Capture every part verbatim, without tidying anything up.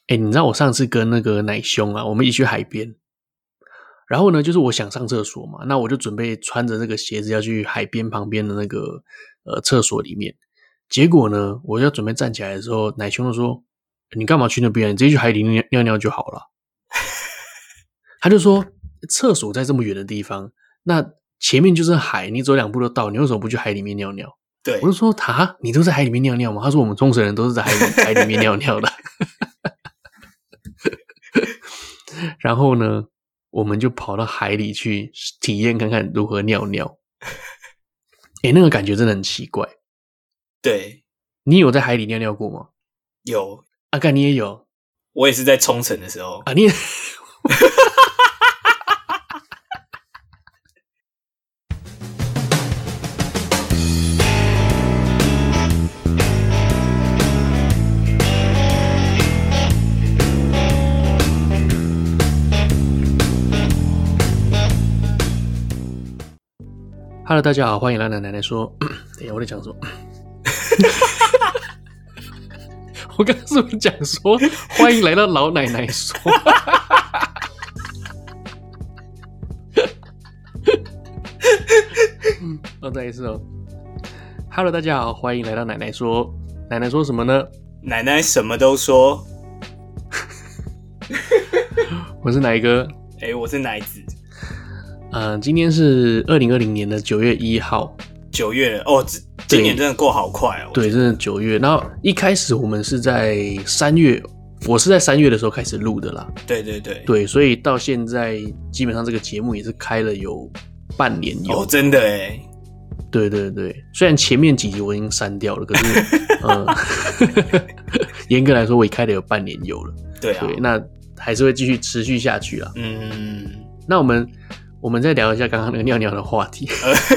哎、欸，你知道我上次跟那个奶兄啊，我们一起去海边，然后呢，就是我想上厕所嘛，那我就准备穿着那个鞋子要去海边旁边的那个呃厕所里面。结果呢，我要准备站起来的时候，奶兄就说：“你干嘛去那边？你直接去海里尿尿尿就好了。”他就说：“厕所在这么远的地方，那前面就是海，你走两步就到，你为什么不去海里面尿尿？” 对， 我就说：“哈，你都在海里面尿尿吗？”他说：“我们冲绳人都是在海里海里面尿尿的。”然后呢，我们就跑到海里去体验看看如何尿尿。诶，那个感觉真的很奇怪。 对， 你有在海里尿尿过吗？ 有。 阿干，你也有？ 我也是在冲绳的时候啊，你也Hello， 大家好，欢迎来到奶奶说。等一下，我在讲什么？我刚刚是不是讲说欢迎来到老奶奶说？嗯，我再一次哦。Hello， 大家好，欢迎来到奶奶说。奶奶说什么呢？ 奶奶什么都说。 我是奶哥。 哎、欸，我是奶子。 嗯，今天是二零二零年的九月一号， 九月了哦，今年真的过好快哦。 对，真的九月。然后一开始我们是在三月，我是在三月的时候开始录的啦。 对对对， 对，所以到现在基本上这个节目也是开了有半年有。 哦，真的哎。 对对对，虽然前面几集我已经删掉了，可是呃，严格来说我也开了有半年有了。 对啊， 对，那还是会继续持续下去啦。 嗯， 那我们。我们再聊一下刚刚那个尿尿的话题。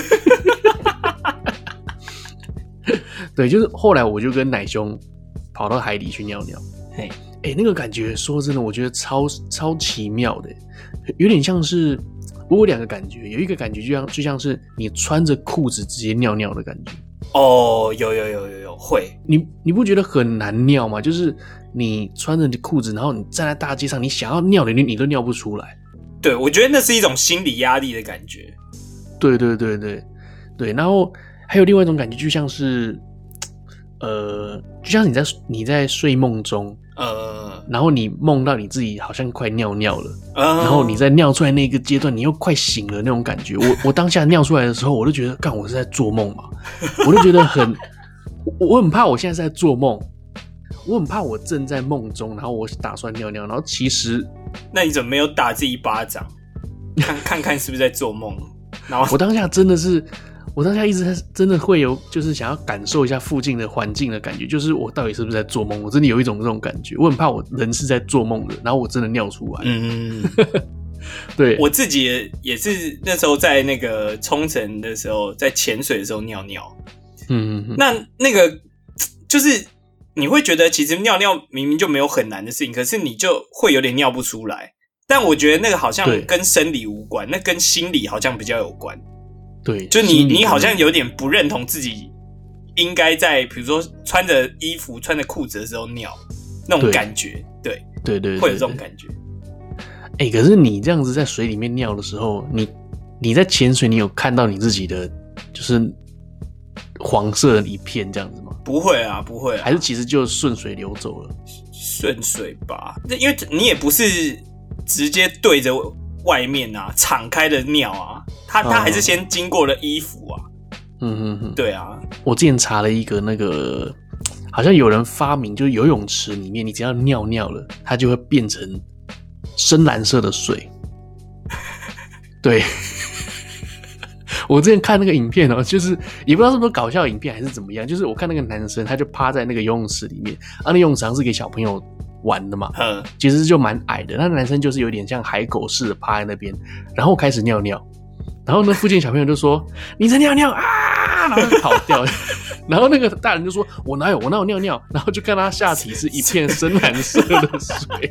对，就是后来我就跟奶兄跑到海里去尿尿。 嘿， 欸，那个感觉说真的，我觉得超超奇妙的，有点像是我有两个感觉，有一个感觉就像就像是你穿着裤子直接尿尿的感觉。 哦，有有有有有会， 你你不觉得很难尿吗？就是你穿着裤子，然后你站在大街上，你想要尿的你你都尿不出来。 对，我觉得那是一种心理压力的感觉。 对对对对对，然后还有另外一种感觉，就像是，呃，就像你在你在睡梦中，呃，然后你梦到你自己好像快尿尿了，呃、然后你在尿出来那个阶段，你又快醒了那种感觉。我我当下尿出来的时候，我就觉得，干，我是在做梦嘛，我就觉得很，我很怕我现在是在做梦。我很怕我正在梦中，然后我打算尿尿，然后其实， 那你怎么没有打自己一巴掌，看看看是不是在做梦？然后我当下真的是，我当下一直在真的会有，就是想要感受一下附近的环境的感觉，就是我到底是不是在做梦？我真的有一种这种感觉，我很怕我人是在做梦的，然后我真的尿出来。嗯，对， 我自己 也, 也是那时候在那个冲绳的时候，在潜水的时候尿尿。嗯嗯，那那个就是。你会觉得其实尿尿明明就没有很难的事情，可是你就会有点尿不出来。但我觉得那个好像跟生理无关，那跟心理好像比较有关。 对， 就你你好像有点不认同自己应该在比如说穿着衣服、穿着裤子的时候尿那种感觉。对对 对, 对, 对， 会有这种感觉。 哎、欸，可是你这样子在水里面尿的时候，你你在潜水，你有看到你自己的就是黄色的一片这样子吗？ 不会啊，不会啊， 还是其实就顺水流走了。 顺水吧，因为你也不是直接对着外面啊敞开的尿啊，它它还是先经过了衣服啊。嗯哼哼，对啊。 我之前查了一个那个，好像有人发明，就是游泳池里面，你只要尿尿了，它就会变成深蓝色的水。对。我之前看那个影片哦，就是也不知道是不是搞笑影片还是怎么样，就是我看那个男生他就趴在那个游泳池里面，啊，那游泳池是给小朋友玩的嘛，嗯，其实就蛮矮的，那男生就是有点像海狗似的趴在那边，然后开始尿尿，然后呢附近小朋友就说你在尿尿啊，然后就跑掉，然后那个大人就说我哪有我哪有尿尿，然后就看他下体是一片深蓝色的水。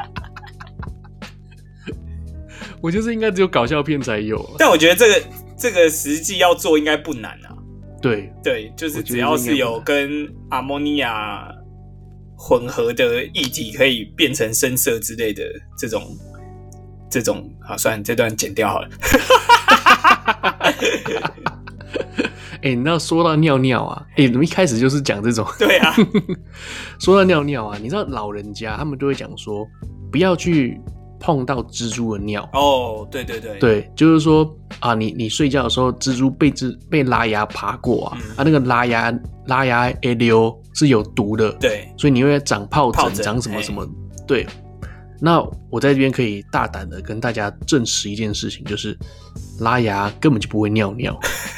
我觉得这应该只有搞笑片才有， 但我觉得这个这个实际要做应该不难啊。 对对，就是只要是有跟阿莫尼亚混合的液体可以变成深色之类的这种这种，好，算了，这段剪掉好了。 哎、欸，你知道说到尿尿啊，哎、欸，怎么一开始就是讲这种？ 对啊， 说到尿尿啊，你知道老人家他们都会讲说，不要去碰到蜘蛛的尿。 哦，对对对， 对，就是说啊，你你睡觉的时候，蜘蛛被蜘被拉牙爬过啊，嗯、啊那个拉牙拉牙 A 流是有毒的， 对， 所以你会长疱疹， 疹长什么什么，对。那我在这边可以大胆的跟大家证实一件事情，就是拉牙根本就不会尿尿。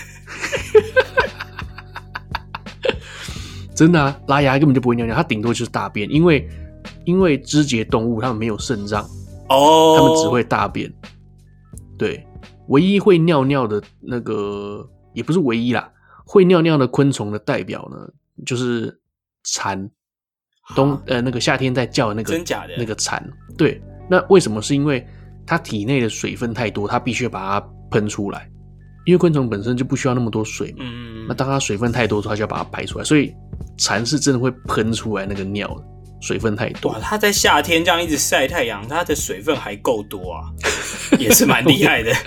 真的啊，拉牙根本就不会尿尿，它顶多就是大便，因为因为肢节动物它们没有肾脏哦，它们只会大便。对，唯一会尿尿的那个也不是唯一啦，会尿尿的昆虫的代表呢，就是蝉。冬呃那个夏天在叫的那个真假的那个蝉。对，那为什么？是因为它体内的水分太多，它必须把它喷出来。因为昆虫本身就不需要那么多水嘛，嗯，那当它水分太多，它就要把它排出来，所以蝉是真的会喷出来那个尿的，水分太多。 哇，它在夏天这样一直晒太阳，它的水分还够多啊，也是蛮厉害的。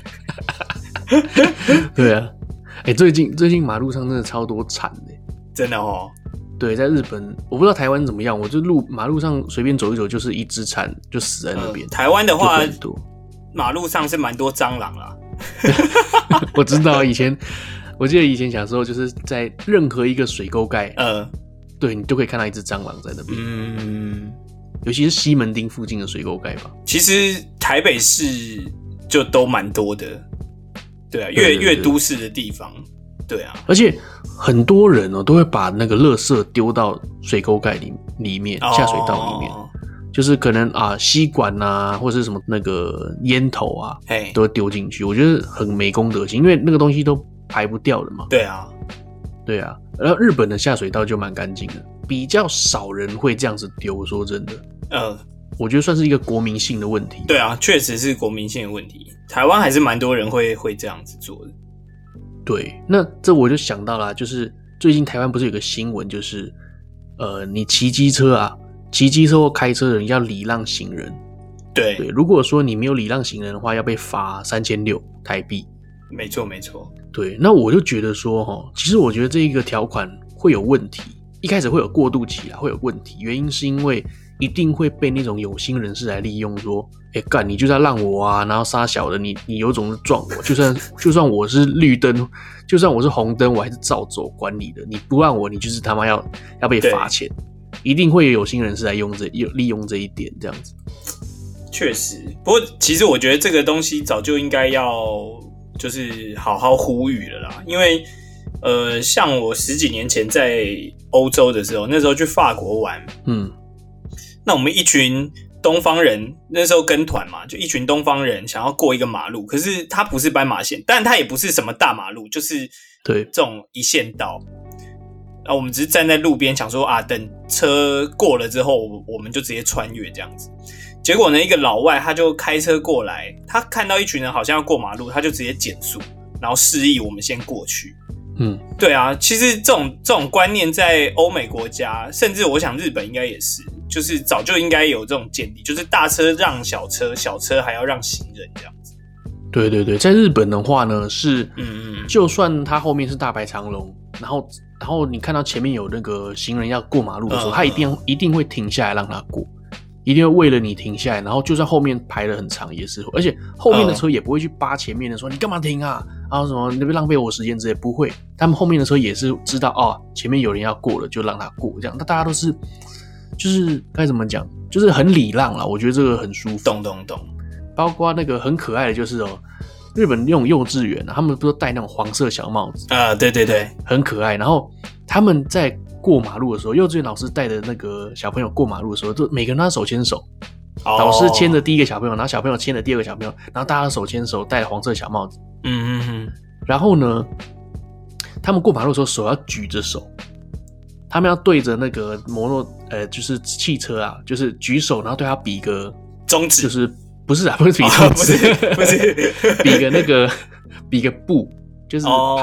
对啊，哎、欸，最近最近马路上真的超多蝉的， 真的哦。 对，在日本，我不知道台湾怎么样，我就路马路上随便走一走，就是一只蝉就死在那边、 呃。台湾的话，马路上是蛮多蟑螂啦。 我知道以前，我记得以前小时候就是在任何一个水沟盖，呃，对你就可以看到一只蟑螂在那边。嗯，尤其是西门町附近的水沟盖吧。 其实台北市就都蛮多的，对啊，越对对对越都市的地方，对啊， 而且很多人哦都会把那个垃圾丢到水沟盖里里面、哦、下水道里面。就是可能啊，吸管啊，或者是什么那个烟头啊，都会丢进去。我觉得很没公德心，因为那个东西都排不掉的嘛。 对啊， 对啊。然后日本的下水道就蛮干净的，比较少人会这样子丢。说真的，呃，我觉得算是一个国民性的问题。 对啊，确实是国民性的问题。台湾还是蛮多人会会这样子做的。 对，那这我就想到啦，就是最近台湾不是有个新闻，就是呃，你骑机车啊。骑机车或开车的人要礼让行人， 对对。如果说你没有礼让行人的话，要被罚三千六台币。 没错，没错。 对，那我就觉得说，哈，其实我觉得这一个条款会有问题，一开始会有过渡期啦，会有问题。原因是因为一定会被那种有心人士来利用，说，哎、欸、干，你就是要让我啊，然后杀小的，你你有种就撞我，就算就算我是绿灯，就算我是红灯，我还是照走，管你的，你不让我，你就是他妈要要被罚钱。一定会有有心人士来用这利用这一点，这样子。 确实，不过其实我觉得这个东西早就应该要就是好好呼吁了啦，因为呃，像我十几年前在欧洲的时候，那时候去法国玩，嗯，那我们一群东方人那时候跟团嘛，就一群东方人想要过一个马路，可是它不是斑马线，但它也不是什么大马路，就是对这种一线道。然后我们只是站在路边想说啊，等车过了之后，我们就直接穿越这样子。结果呢，一个老外他就开车过来，他看到一群人好像要过马路，他就直接减速，然后示意我们先过去。嗯，对啊，其实这种这种观念在欧美国家，甚至我想日本应该也是，就是早就应该有这种建立，就是大车让小车，小车还要让行人这样子。 对对对，在日本的话呢，是嗯嗯，就算他后面是大排长龙，然后然后你看到前面有那个行人要过马路的时候，嗯、他一定一定会停下来让他过，一定会为了你停下来，然后就算后面排得很长也是，而且后面的车也不会去扒前面的说、嗯、你干嘛停啊，然后什么你别浪费我时间之类，不会，他们后面的车也是知道哦，前面有人要过了就让他过，这样，那大家都是就是该怎么讲，就是很礼让啦，我觉得这个很舒服。 懂懂懂。 包括那个很可爱的就是哦，日本那种幼稚园啊，他们不是戴那种黄色小帽子啊、呃，对对对， 很可爱。然后他们在过马路的时候，幼稚园老师带的那个小朋友过马路的时候，就每个人都手牵手，哦、老师牵着第一个小朋友，然后小朋友牵着第二个小朋友，然后大家手牵手，戴黄色小帽子。嗯嗯嗯。然后呢，他们过马路的时候手要举着手，他们要对着那个摩托呃，就是汽车啊，就是举手，然后对他比个中指， 就是。不是啊，不是比中指、 哦，不是，不是比个那个比个不，就是怕、哦、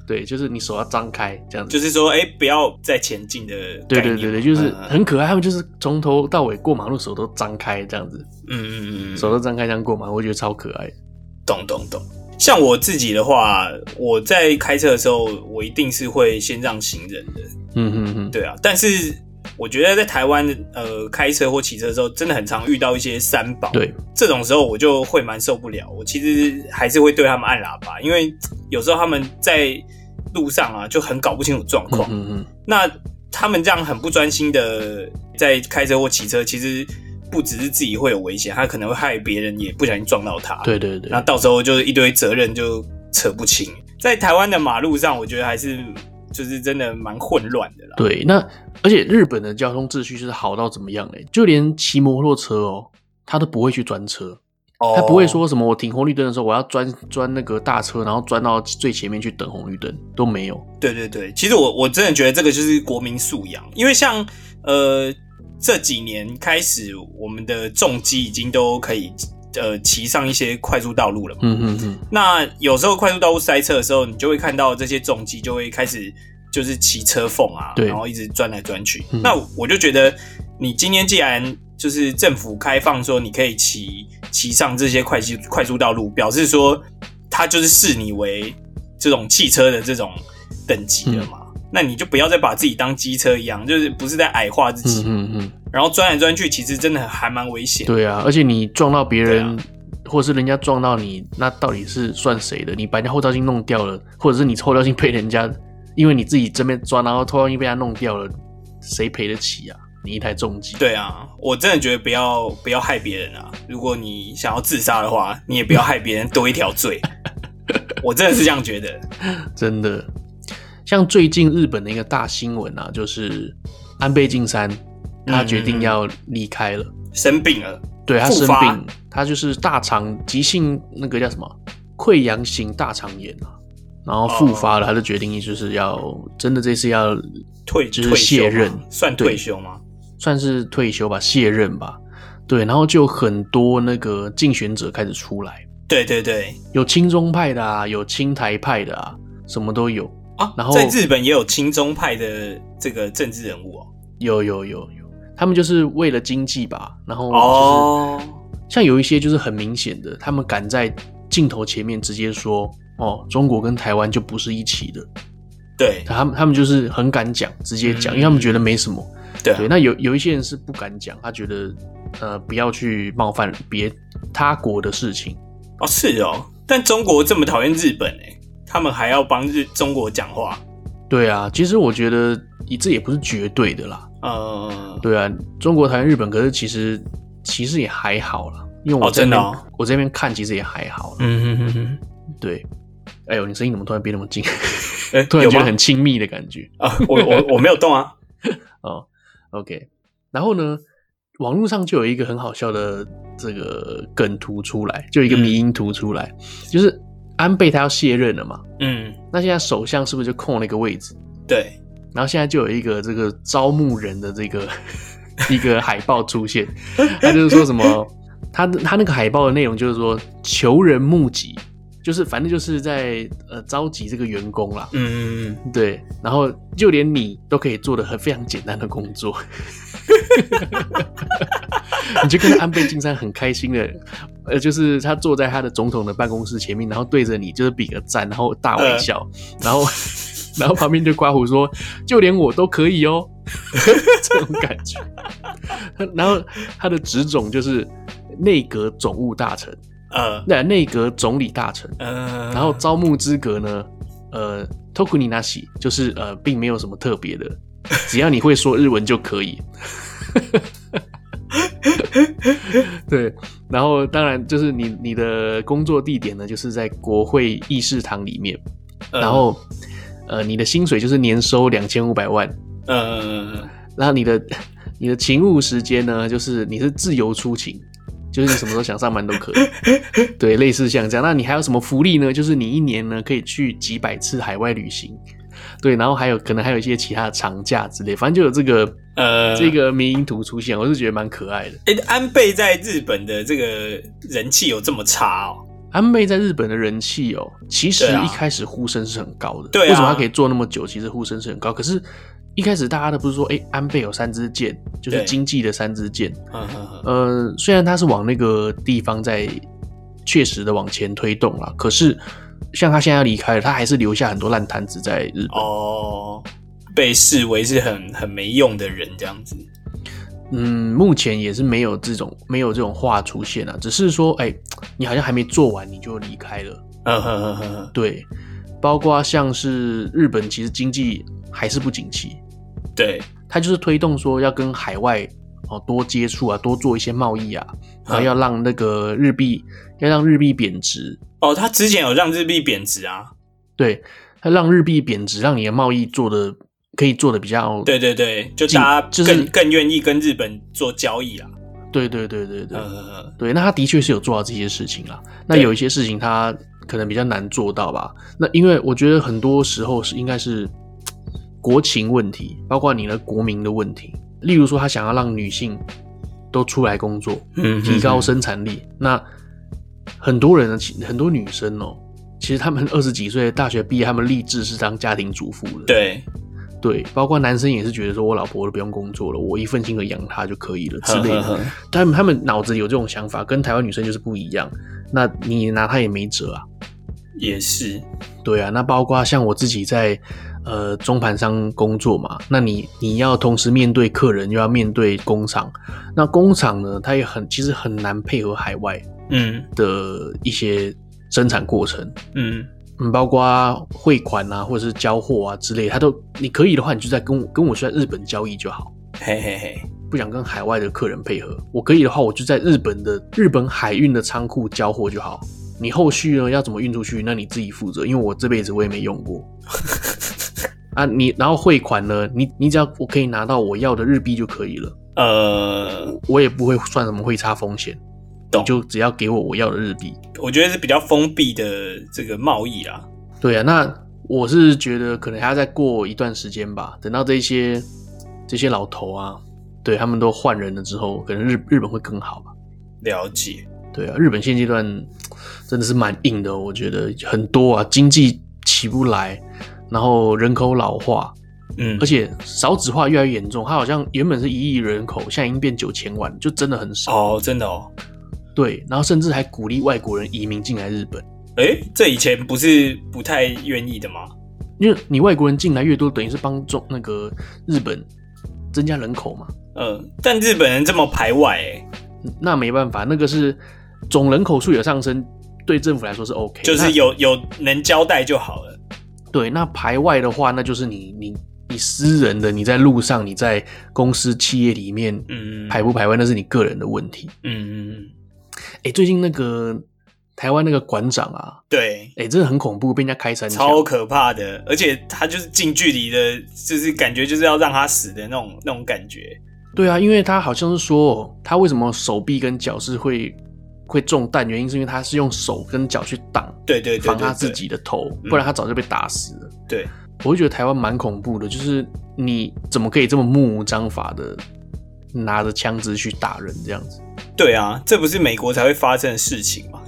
对，就是你手要张开这样子， 就是说，哎、欸，不要再前进的概念。 对对对对，就是很可爱。他们就是从头到尾过马路手都张开这样子， 嗯嗯嗯， 手都张开这样过马路，我觉得超可爱。 懂懂懂。像我自己的话，我在开车的时候，我一定是会先让行人的。 嗯哼哼， 对啊。但是我觉得在台湾，呃，开车或骑车的时候，真的很常遇到一些三宝。 对， 这种时候我就会蛮受不了。我其实还是会对他们按喇叭，因为有时候他们在路上啊就很搞不清楚状况。 嗯嗯， 那他们这样很不专心的在开车或骑车，其实不只是自己会有危险，他可能会害别人也不小心撞到他。 对对对， 那到时候就是一堆责任就扯不清。在台湾的马路上，我觉得还是就是真的蛮混乱的啦。 对，那而且日本的交通秩序是好到怎么样嘞？就连骑摩托车哦，他都不会去钻车。他不会说什么我停红绿灯的时候我要钻钻那个大车，然后钻到最前面去等红绿灯，都没有。 对对对，其实我我真的觉得这个就是国民素养，因为像呃这几年开始，我们的重机已经都可以呃骑上一些快速道路了嘛。 嗯嗯嗯。 那有时候快速道路塞车的时候，你就会看到这些重机就会开始就是骑车缝啊，然后一直钻来钻去。嗯、那我就觉得，你今天既然就是政府开放说你可以骑骑上这些快速快速道路，表示说它就是视你为这种汽车的这种等级了嘛。嗯、那你就不要再把自己当机车一样，就是不是在矮化自己。嗯嗯嗯。然后钻来钻去，其实真的还蛮危险。 对啊，而且你撞到别人，啊、或者是人家撞到你，那到底是算谁的？你把人家后照镜弄掉了，或者是你后照镜被人家，因为你自己这边钻，然后后照镜被他弄掉了，谁赔得起啊？你一台重机。 对啊，我真的觉得不要不要害别人啊！如果你想要自杀的话，你也不要害别人多一条罪。我真的是这样觉得。 真的，像最近日本的一个大新闻啊，就是安倍晋三他决定要离开了，嗯嗯生病了。 对，他生病，他就是大肠急性那个叫什么溃疡型大肠炎啊，然后复发了，哦、他就决定就是要真的这次要退， 就是卸任， 算退休吗？ 算是退休吧，卸任吧。对，然后就很多那个竞选者开始出来。 对对对， 有亲中派的啊，有亲台派的啊，什么都有啊。然后在日本也有亲中派的这个政治人物哦。 有有有有，他们就是为了经济吧，然后就是、哦、像有一些就是很明显的，他们敢在镜头前面直接说哦，中国跟台湾就不是一起的。 对， 他们他们就是很敢讲，直接讲、嗯，因为他们觉得没什么。 对, 对，那有有一些人是不敢讲，他觉得呃不要去冒犯别他国的事情。 哦，是哦，但中国这么讨厌日本哎，他们还要帮日中国讲话。 对啊，其实我觉得这也不是绝对的啦。 呃， 对啊，中国讨厌日本，可是其实其实也还好啦，因为我在那边、哦哦、我这边看其实也还好啦。 嗯哼哼哼， 对。哎呦，你声音怎么突然变那么近？欸、突然觉得很亲密的感觉啊！我我我没有动啊。 哦 ，OK。然后呢，网络上就有一个很好笑的这个梗图出来，就有一个迷因图出来，嗯、就是安倍他要卸任了嘛。 嗯。 那现在首相是不是就空了一个位置？ 对。 然后现在就有一个这个招募人的这个一个海报出现，他就是说什么，他他那个海报的内容就是说求人募集。就是反正就是在呃召集这个员工啦， 嗯嗯嗯， 对，然后就连你都可以做的很非常简单的工作，你就跟安倍晋三很开心的，呃，就是他坐在他的总统的办公室前面，然后对着你就是比个赞，然后大微笑，呃、然后然后旁边就刮胡说，就连我都可以哦，这种感觉，然后他的职种就是内阁总务大臣。 呃， 对，内阁总理大臣， 呃， 然后招募资格呢，呃 ，Tokuni Nashi 就是呃，并没有什么特别的，只要你会说日文就可以。对，然后当然就是你你的工作地点呢，就是在国会议事堂里面，呃、然后呃，你的薪水就是年收两千五百万， 呃， 然后你的你的勤务时间呢，就是你是自由出勤。就是你什么时候想上班都可以，对，类似像这样。那你还有什么福利呢？就是你一年呢可以去几百次海外旅行，对，然后还有可能还有一些其他的长假之类，反正就有这个呃这个迷因图出现，我是觉得蛮可爱的。 哎、欸，安倍在日本的这个人气有这么差哦？ 安倍在日本的人气哦，其实一开始呼声是很高的。 对啊， 为什么他可以做那么久？其实呼声是很高。可是，一开始大家都不是说，哎、欸，安倍有三支箭，就是经济的三支箭。呃，虽然他是往那个地方在确实的往前推动啦，可是像他现在要离开了，他还是留下很多烂摊子在日本。 哦，被视为是很很没用的人这样子。 嗯，目前也是没有这种没有这种话出现啊，只是说，哎、欸，你好像还没做完你就离开了。 嗯哼哼哼， 对，包括像是日本，其实经济还是不景气。 对， 他就是推动说要跟海外哦多接触啊，多做一些贸易啊，然后要让那个日币、嗯、要让日币贬值。 哦，他之前有让日币贬值啊？ 对，他让日币贬值，让你的贸易做的。可以做的比较， 对对对，就大家更、就是、更愿意跟日本做交易啦。 对对对对对， 呃、 对，那他的确是有做到这些事情啦。那有一些事情他可能比较难做到吧。那因为我觉得很多时候是应该是国情问题，包括你的国民的问题。例如说，他想要让女性都出来工作， 嗯， 提高生产力。嗯、那很多人呢，很多女生哦，其实他们二十几岁大学毕业，他们立志是当家庭主妇的。 对。 对，包括男生也是觉得说，我老婆都不用工作了，我一份薪水养她就可以了之类的。呵呵呵他们他们脑子有这种想法，跟台湾女生就是不一样。那你拿她也没辙啊。 也是。 对啊，那包括像我自己在呃中盘商工作嘛，那你你要同时面对客人，又要面对工厂。那工厂呢，它也很其实很难配合海外嗯的一些生产过程。 嗯。 嗯，包括汇款啊，或者是交货啊之类的，他都你可以的话，你就在跟我跟我在日本交易就好。 嘿嘿嘿， 不想跟海外的客人配合，我可以的话，我就在日本的日本海运的仓库交货就好。你后续呢要怎么运出去，那你自己负责，因为我这辈子我也没用过。啊，你然后汇款呢，你你只要我可以拿到我要的日币就可以了。 呃， 我也不会算什么汇差风险。你就只要给我我要的日币， 我觉得是比较封闭的这个贸易啦。 对啊，那我是觉得可能还要再过一段时间吧，等到这些这些老头啊，对他们都换人了之后，可能日日本会更好吧。 了解。 对啊，日本现阶段真的是蛮硬的，我觉得很多啊，经济起不来，然后人口老化， 嗯， 而且少子化越来越严重，它好像原本是一亿人口，现在已经变九千万，就真的很少哦，真的哦。 对，然后甚至还鼓励外国人移民进来日本。 诶，这以前不是不太愿意的吗？ 因为你外国人进来越多，等于是帮中那个日本增加人口嘛。 嗯，但日本人这么排外，诶， 那没办法，那个是总人口数有上升，对政府来说是 OK， 就是有有能交代就好了。 对，那排外的话，那就是你你你私人的，你在路上，你在公司企业里面，嗯，排不排外那是你个人的问题。 嗯嗯。 哎、欸，最近那个台湾那个馆长啊， 对， 哎、欸，真的很恐怖，被人家开三枪， 超可怕的，而且他就是近距离的，就是感觉就是要让他死的那种那种感觉。 对啊，因为他好像是说，他为什么手臂跟脚是会会中弹，原因是因为他是用手跟脚去挡， 对对 对, 对, 对, 对， 防他自己的头，不然他早就被打死了。 嗯、对， 我会觉得台湾蛮恐怖的，就是你怎么可以这么目无章法的拿着枪支去打人这样子？ 对啊，这不是美国才会发生的事情吗？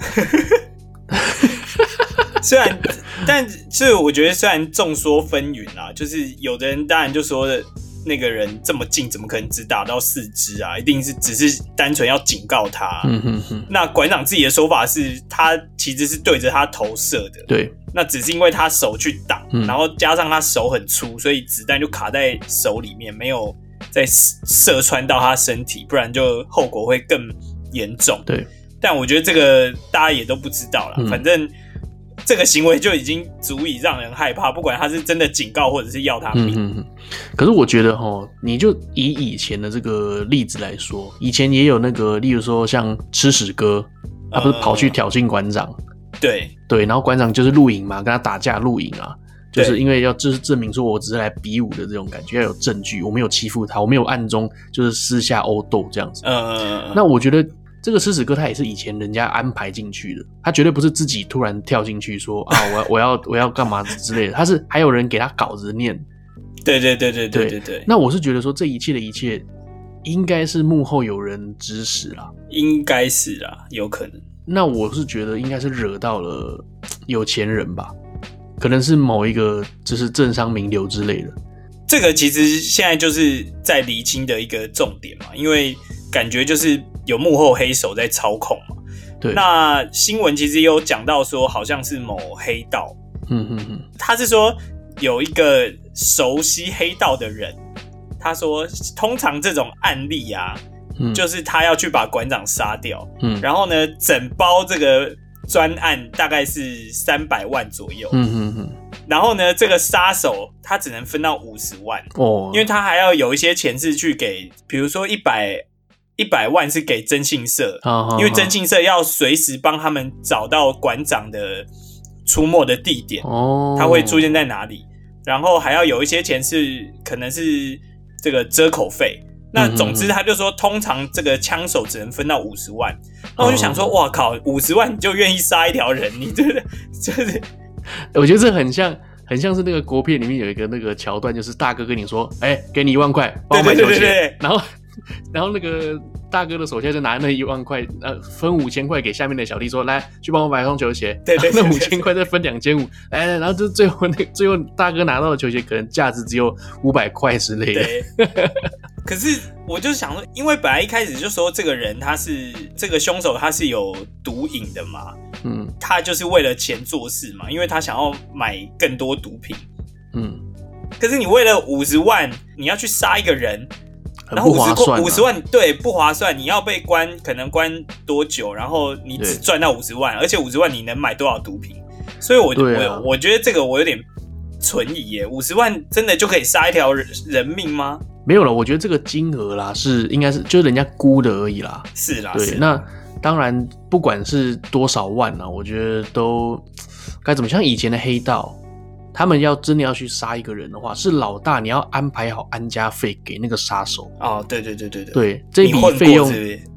虽然，但是我觉得虽然众说纷纭啦，就是有的人当然就说那个人这么近，怎么可能只打到四肢啊？一定是只是单纯要警告他。 嗯哼哼。 那馆长自己的说法是，他其实是对着他投射的。 对。 那只是因为他手去挡、 嗯， 然后加上他手很粗，所以子弹就卡在手里面，没有再射穿到他身体，不然就后果会更严重。 对。 但我觉得这个大家也都不知道啦、嗯、反正这个行为就已经足以让人害怕，不管他是真的警告或者是要他命。 嗯嗯。可是我觉得齁，你就以以前的这个例子来说，以前也有那个，例如说像吃屎哥，他不是跑去挑衅馆长、呃， 对对，然后馆长就是录影嘛，跟他打架录影啊，就是因为要就是证明说我只是来比武的这种感觉，要有证据，我没有欺负他，我没有暗中就是私下殴斗这样子。 呃， 那我觉得。这个吃屎哥他也是以前人家安排进去的，他绝对不是自己突然跳进去说啊，我要我要我要干嘛之类的，他是还有人给他稿子念。 对对对对对对 对, 对。 那我是觉得说这一切的一切，应该是幕后有人指使啦， 应该是啦，有可能。 那我是觉得应该是惹到了有钱人吧，可能是某一个就是政商名流之类的。 这个其实现在就是在厘清的一个重点嘛，因为感觉就是有幕后黑手在操控嘛。 对， 那新闻其实也有讲到说，好像是某黑道， 嗯嗯嗯， 他是说有一个熟悉黑道的人，他说通常这种案例啊，嗯、就是他要去把馆长杀掉，嗯，然后呢，整包这个专案大概是三百万左右，嗯嗯嗯。然后呢，这个杀手他只能分到五十万哦，因为他还要有一些钱是去给，比如说一百一百万是给征信社，哦哦、因为征信社要随时帮他们找到馆长的出没的地点，哦，他会出现在哪里，然后还要有一些钱是可能是这个遮口费。那总之他就说，通常这个枪手只能分到五十万。那我就想说，哇靠，五十万你就愿意杀一条人，你这个就是。 我觉得这很像，很像是那个国片里面有一个那个桥段，就是大哥跟你说：“哎、欸，给你一万块，帮我买球鞋。”然后，然后那个大哥的手下就拿那一万块，呃，分五千块给下面的小弟说：“来，去帮我买双球鞋。” 对对， 那五千块再分两千五，来，然后就最后那最后大哥拿到的球鞋可能价值只有五百块之类的。 对。可是我就想说，因为本来一开始就说这个人他是这个凶手，他是有毒瘾的嘛。嗯，他就是为了钱做事嘛，因为他想要买更多毒品。嗯，可是你为了五十万，你要去杀一个人， 很不划算、啊。 五十万对不划算，你要被关，可能关多久？然后你只赚到五十万，而且五十万你能买多少毒品？所以我，我、啊、我我觉得这个我有点存疑耶。五十万真的就可以杀一条人命吗？ 没有了，我觉得这个金额啦，是应该是就是人家估的而已啦。 是啦， 对， 是那。当然，不管是多少万啊，我觉得都该怎么像以前的黑道，他们要真的要去杀一个人的话，是老大你要安排好安家费给那个杀手。 哦，对对对对对， 对，这笔费用，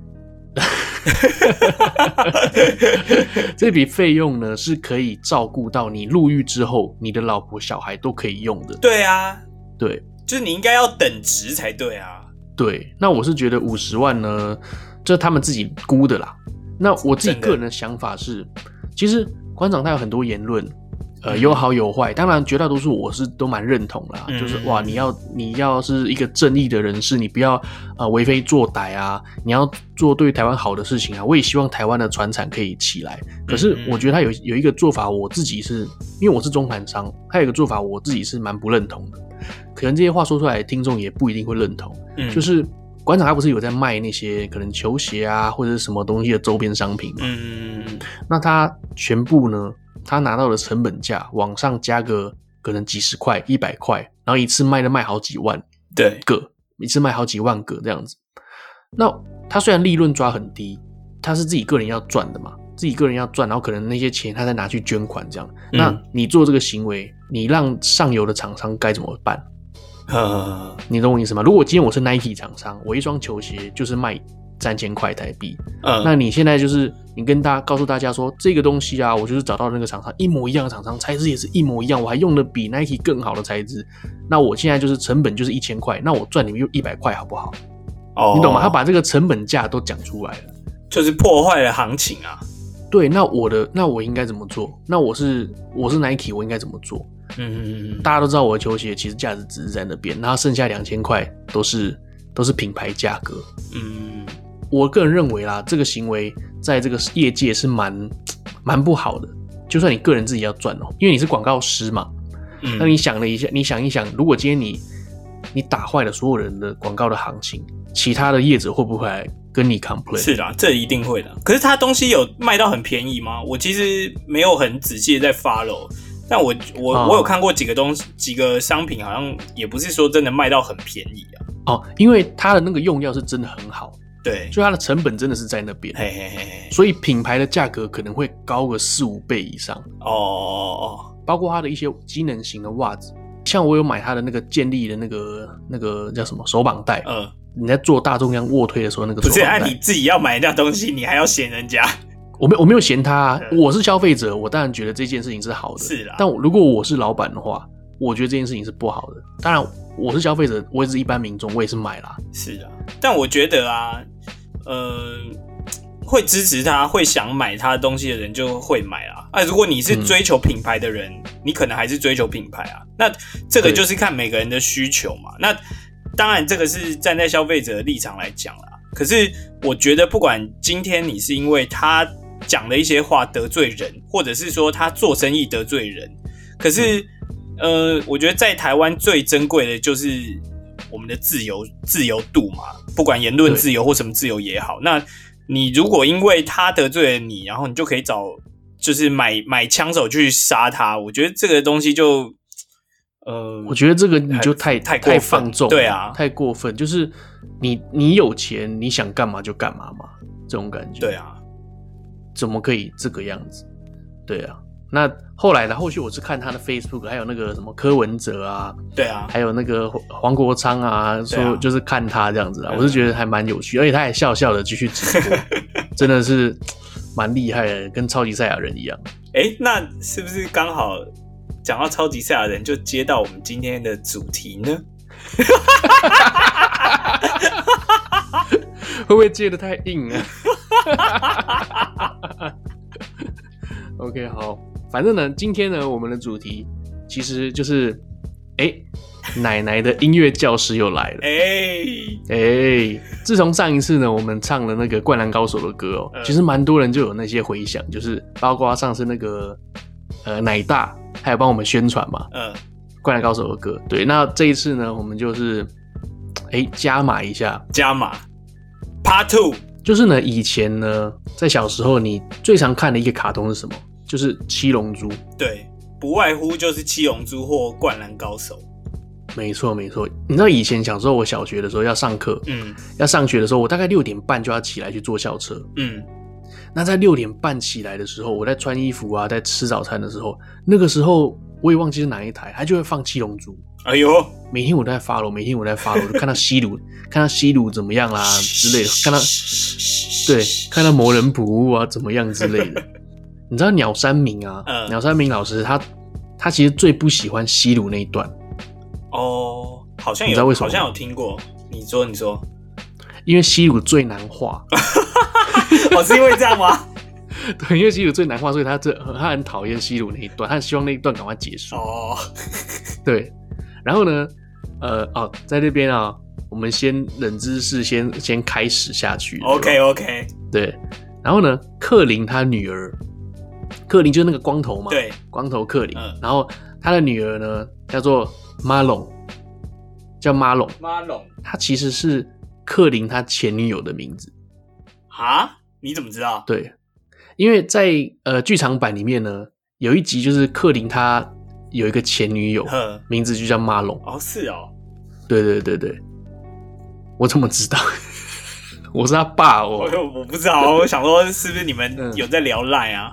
这笔费用呢是可以照顾到你入狱之后，你的老婆小孩都可以用的。 对啊， 对， 就是你应该要等值才对啊。 对，那我是觉得五十万呢。这是他们自己估的啦。那我自己个人的想法是，其实馆长他有很多言论，呃，有好有坏。当然，绝大多数我是都蛮认同啦。嗯、就是哇，你要你要是一个正义的人士，你不要呃为非作歹啊，你要做对台湾好的事情啊。我也希望台湾的传产可以起来。可是我觉得他有有一个做法，我自己是因为我是中盘商，他有一个做法我自己是蛮不认同的。可能这些话说出来，听众也不一定会认同。嗯、就是。馆长他不是有在卖那些可能球鞋啊或者是什么东西的周边商品吗？嗯，那他全部呢，他拿到的成本价往上加个可能几十块、一百块，然后一次卖了卖好几万个，一次卖好几万个这样子。那他虽然利润抓很低，他是自己个人要赚的嘛，自己个人要赚，然后可能那些钱他再拿去捐款这样。嗯、那你做这个行为，你让上游的厂商该怎么办？Uh, 你懂我意思吗？如果今天我是 Nike 厂商，我一双球鞋就是卖三千块台币， uh, 那你现在就是你跟大家告诉大家说这个东西啊，我就是找到那个厂商一模一样的厂商，材质也是一模一样，我还用的比 Nike 更好的材质，那我现在就是成本就是一千块，那我赚你们又一百块好不好？哦、oh, ，你懂吗？他把这个成本价都讲出来了， 就是破坏了行情啊。 对，那我的那我应该怎么做？那我是我是 Nike， 我应该怎么做？嗯，大家都知道我的球鞋其实价值只是在那边，然后剩下两千块都是都是品牌价格。嗯，我个人认为啦，这个行为在这个业界是蛮蛮不好的。就算你个人自己要赚哦，因为你是广告师嘛。嗯，那你想了一下，你想一想，如果今天你你打坏了所有人的广告的行情，其他的业者会不会来跟你 complain？ 是啦，这一定会的。可是他东西有卖到很便宜吗？我其实没有很仔细的在 follow。但我我、哦、我有看过几个东西，几个商品好像也不是说真的卖到很便宜啊。 哦，因为它的那个用料是真的很好， 对， 所以它的成本真的是在那边， 嘿嘿嘿， 所以品牌的价格可能会高个四五倍以上。 哦哦哦， 包括它的一些机能型的袜子，像我有买它的那个健力的那个那个叫什么手绑带，嗯，你在做大重量卧推的时候那个手绑带， 不是按、啊、你自己要买人家东西，你还要嫌人家。 我没我没有嫌他、啊，我是消费者，我当然觉得这件事情是好的。 是啦， 但如果我是老板的话，我觉得这件事情是不好的。当然，我是消费者，我也是一般民众，我也是买啦。 是啊，但我觉得啊，呃， 会支持他、会想买他的东西的人就会买啊。啊，如果你是追求品牌的人，嗯、你可能还是追求品牌啊。那这个就是看每个人的需求嘛。那当然，这个是站在消费者的立场来讲啦。可是我觉得，不管今天你是因为他讲的一些话得罪人，或者是说他做生意得罪人，可是、嗯、呃，我觉得在台湾最珍贵的就是我们的自由自由度嘛，不管言论自由或什么自由也好，那。你如果因为他得罪了你，然后你就可以找就是买买枪手去杀他，我觉得这个东西就呃， 我觉得这个你就太太太放纵了， 对啊， 太过分，就是你你有钱，你想干嘛就干嘛嘛，这种感觉， 对啊， 怎么可以这个样子？对啊。那后来的后续我是看他的 Facebook， 还有那个什么柯文哲啊， 对啊， 还有那个黄国昌啊，说就是看他这样子啦，我是觉得还蛮有趣，而且他也笑笑的继续直播，真的是蛮厉害的，跟超级赛亚人一样。 哎、欸，那是不是刚好讲到超级赛亚人，就接到我们今天的主题呢？ 会不会接得太硬啊？OK， 好。反正呢，今天呢，我们的主题其实就是，哎、欸，奶奶的音乐教师又来了。哎哎、欸欸，自从上一次呢，我们唱了那个《灌篮高手》的歌哦、喔，嗯、其实蛮多人就有那些回响，就是包括上次那个呃奶大，还有帮我们宣传嘛，嗯，《灌篮高手》的歌。对，那这一次呢，我们就是哎、欸、加码一下， 加码 Part Two， 就是呢，以前呢，在小时候你最常看的一个卡通是什么？就是七龙珠， 对，不外乎就是七龙珠或灌篮高手。 没错没错，你知道以前小时候我小学的时候要上课，嗯，要上学的时候，我大概六点半就要起来去坐校车，嗯，那在六点半起来的时候，我在穿衣服啊，在吃早餐的时候，那个时候我也忘记是哪一台，它就会放七龙珠。 哎呦， 每天我都在 follow， 每天我在 follow， 就看到西鲁，看到西鲁怎么样啦、啊、之类的，看到对，看到魔人普乌啊怎么样之类的。你知道鸟山明啊？嗯、鸟山明老师他他其实最不喜欢西鲁那一段。 哦，好像有， 你知道为什么？ 好像有听过。你说，你说， 因为西鲁最难画。 哦，是因为这样吗？ 对，因为西鲁最难画，所以他这他很讨厌西鲁那一段，他希望那一段赶快结束。哦，对。然后呢，呃，哦，在这边啊，我们先冷知识先先开始下去。 OK OK。 对。然后呢，克林他女儿。克林就是那个光头嘛， 对， 光头克林。嗯、然后他的女儿呢叫做马龙，叫马龙。 马龙， 他其实是克林他前女友的名字。 啊？你怎么知道？ 对，因为在呃剧场版里面呢，有一集就是克林他有一个前女友，名字就叫马龙。 哦，是哦。 对对对对，我怎么知道？我是他爸哦， 我我不知道，我想说是不是你们有在聊赖啊？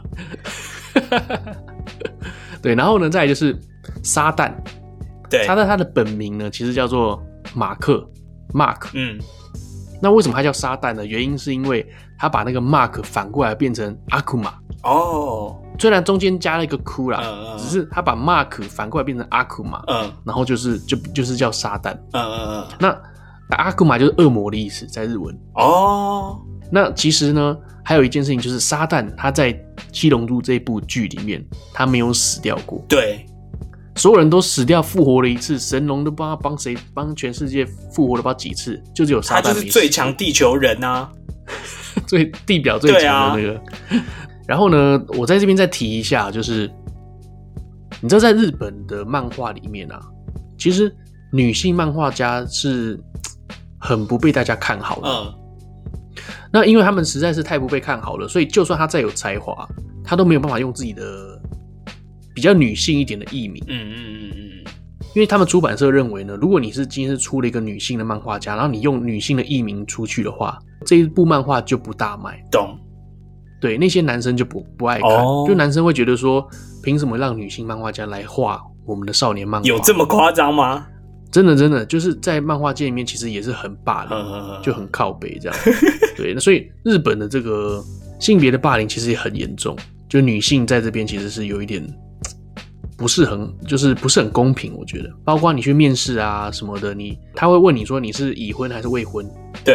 对，然后呢，再来就是撒旦， 对， 撒旦他的本名呢其实叫做马克 ，Mark， 嗯，那为什么他叫撒旦呢？原因是因为他把那个 Mark 反过来变成阿库玛哦，虽然中间加了一个哭啦，嗯嗯，只是他把 Mark 反过来变成阿库玛，嗯，然后就是就就是叫撒旦，嗯嗯嗯，那。阿库玛就是恶魔的意思，在日文哦。那其实呢，还有一件事情就是撒旦他在《七龙珠》这部剧里面，他没有死掉过。 对， 所有人都死掉，复活了一次，神龙都帮他帮谁帮全世界复活了不知道几次，就只有撒旦没死。 他就是最强地球人啊， 最地表最强的那个。啊、然后呢，我在这边再提一下，就是你知道，在日本的漫画里面啊，其实女性漫画家是很不被大家看好的。嗯，那因为他们实在是太不被看好了，所以就算他再有才华，他都没有办法用自己的比较女性一点的艺名。嗯嗯嗯嗯，因为他们出版社认为呢，如果你是今天是出了一个女性的漫画家，然后你用女性的艺名出去的话，这一部漫画就不大卖。 懂？ 对，那些男生就不不爱看，哦、就男生会觉得说，凭什么让女性漫画家来画我们的少年漫画？ 有这么夸张吗？ 真的真的，就是在漫画界里面，其实也是很霸凌，就很靠北这样。对，那所以日本的这个性别的霸凌其实也很严重，就女性在这边其实是有一点不是很，就是不是很公平，我觉得。包括你去面试啊什么的，你他会问你说你是已婚还是未婚？ 对，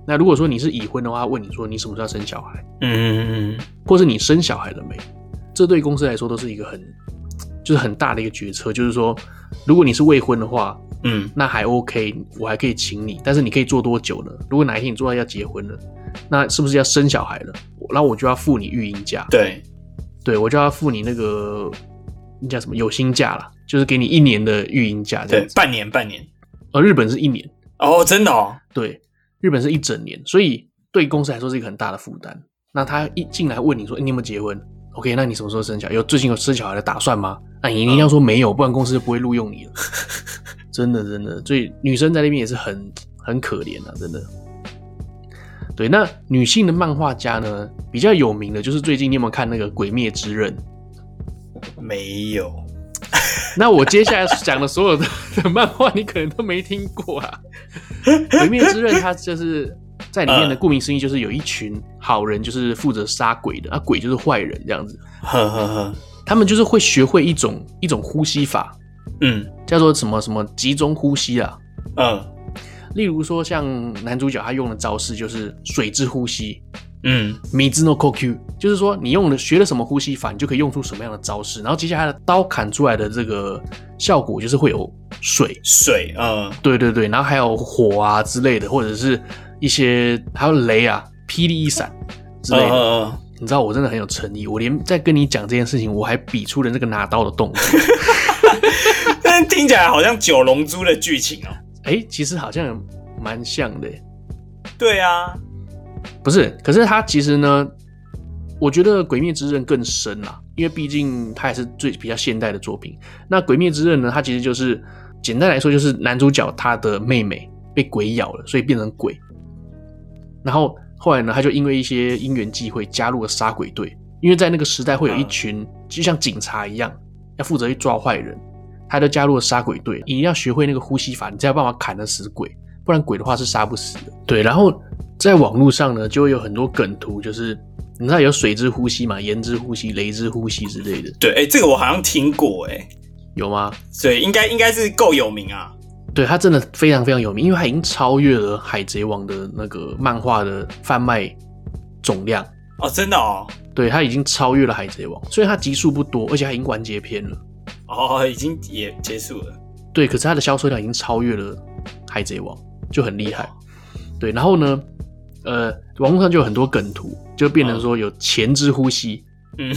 那如果说你是已婚的话，问你说你什么时候要生小孩， 嗯嗯嗯， 或是你生小孩了没，这对公司来说都是一个很就是很大的一个决策。就是说，如果你是未婚的话，嗯，那还 OK， 我还可以请你，但是你可以做多久呢？如果哪一天你做到要结婚了，那是不是要生小孩了？然后我就要付你育婴假， 对， 对我就要付你那个那叫什么有薪假啦，就是给你一年的育婴假，这样子， 对，半年半年， 而日本是一年， 哦，真的哦， 对，日本是一整年，所以对公司来说是一个很大的负担。那他一进来问你说，欸，你有没有结婚 ？OK， 那你什么时候生小孩？有最近有生小孩的打算吗？那你一定要说没有，不然公司就不会录用你了。真的真的，所以女生在那边也是很很可怜啊，真的。对，那女性的漫画家呢，比较有名的就是最近你有没有看那个《鬼灭之刃》？ 没有。 那我接下来讲的所有 的, 的漫画，你可能都没听过啊。《鬼灭之刃》它就是在里面的，顾名思义就是有一群好人，就是负责杀鬼的，啊，鬼就是坏人这样子。 呵呵呵， 他们就是会学会一种一种呼吸法，嗯，叫做什么什么集中呼吸啊，嗯。例如说，像男主角他用的招式就是水之呼吸，嗯 ，Mizu no Kokyu， 就是说你用了学了什么呼吸法，你就可以用出什么样的招式，然后接下来的刀砍出来的这个效果就是会有水， 水，嗯， 对对对，然后还有火啊之类的，或者是一些还有雷啊、霹雳一闪之类的。嗯嗯，你知道我真的很有诚意，我连在跟你讲这件事情，我还比出了那个拿刀的动作。 但听起来好像九龙珠的剧情哦。 哎、欸，其实好像蛮像的。 对啊， 不是，可是它其实呢，我觉得《鬼灭之刃》更深啦，因为毕竟它也是最比较现代的作品。那《鬼灭之刃》呢，它其实就是简单来说，就是男主角他的妹妹被鬼咬了，所以变成鬼。然后后来呢，他就因为一些因缘际会加入了杀鬼队，因为在那个时代会有一群、嗯、就像警察一样，要负责去抓坏人。他就加入了杀鬼队，你要学会那个呼吸法，你才有办法砍得死鬼，不然鬼的话是杀不死的。对，然后在网络上呢，就会有很多梗图，就是你知道有水之呼吸嘛，炎之呼吸、雷之呼吸之类的。 对，哎、欸，这个我好像听过，哎， 有吗？ 对，应该应该是够有名啊。 对，他真的非常非常有名，因为他已经超越了海贼王的那个漫画的贩卖总量。 哦，真的哦。 对，他已经超越了海贼王，虽然他集数不多，而且他已经完结篇了。 哦，已经也结束了。 对，可是它的销售量已经超越了海贼王，就很厉害。对，然后呢，呃，网络上就有很多梗图，就变成说有钱之呼吸，嗯，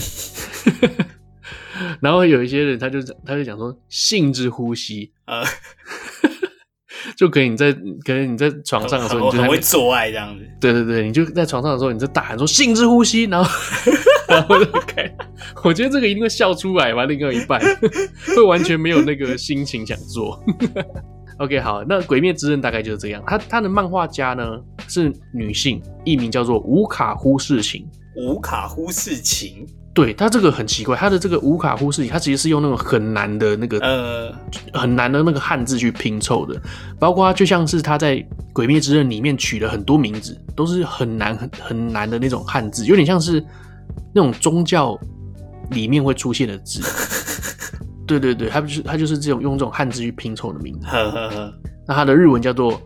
然后有一些人他就他就讲说性之呼吸，呃，就可以你在可能你在床上的时候，你就很会做爱这样子。 对对对，你就在床上的时候，你就大喊说性之呼吸，然后。然后就开，我觉得这个一定会笑出来吧，另外一半会完全没有那个心情想做。OK， 好，那《鬼灭之刃》大概就是这样。他他的漫画家呢是女性，艺名叫做无卡忽视晴。 无卡忽视晴， 对，他这个很奇怪，他的这个无卡忽视晴，他其实是用那种很难的那个呃很难的那个汉字去拼凑的，包括就像是他在《鬼灭之刃》里面取了很多名字，都是很难很很难的那种汉字，有点像是。那种宗教里面会出现的字，对对对，他就是他就是这种用这种汉字去拼凑的名字。那他的日文叫做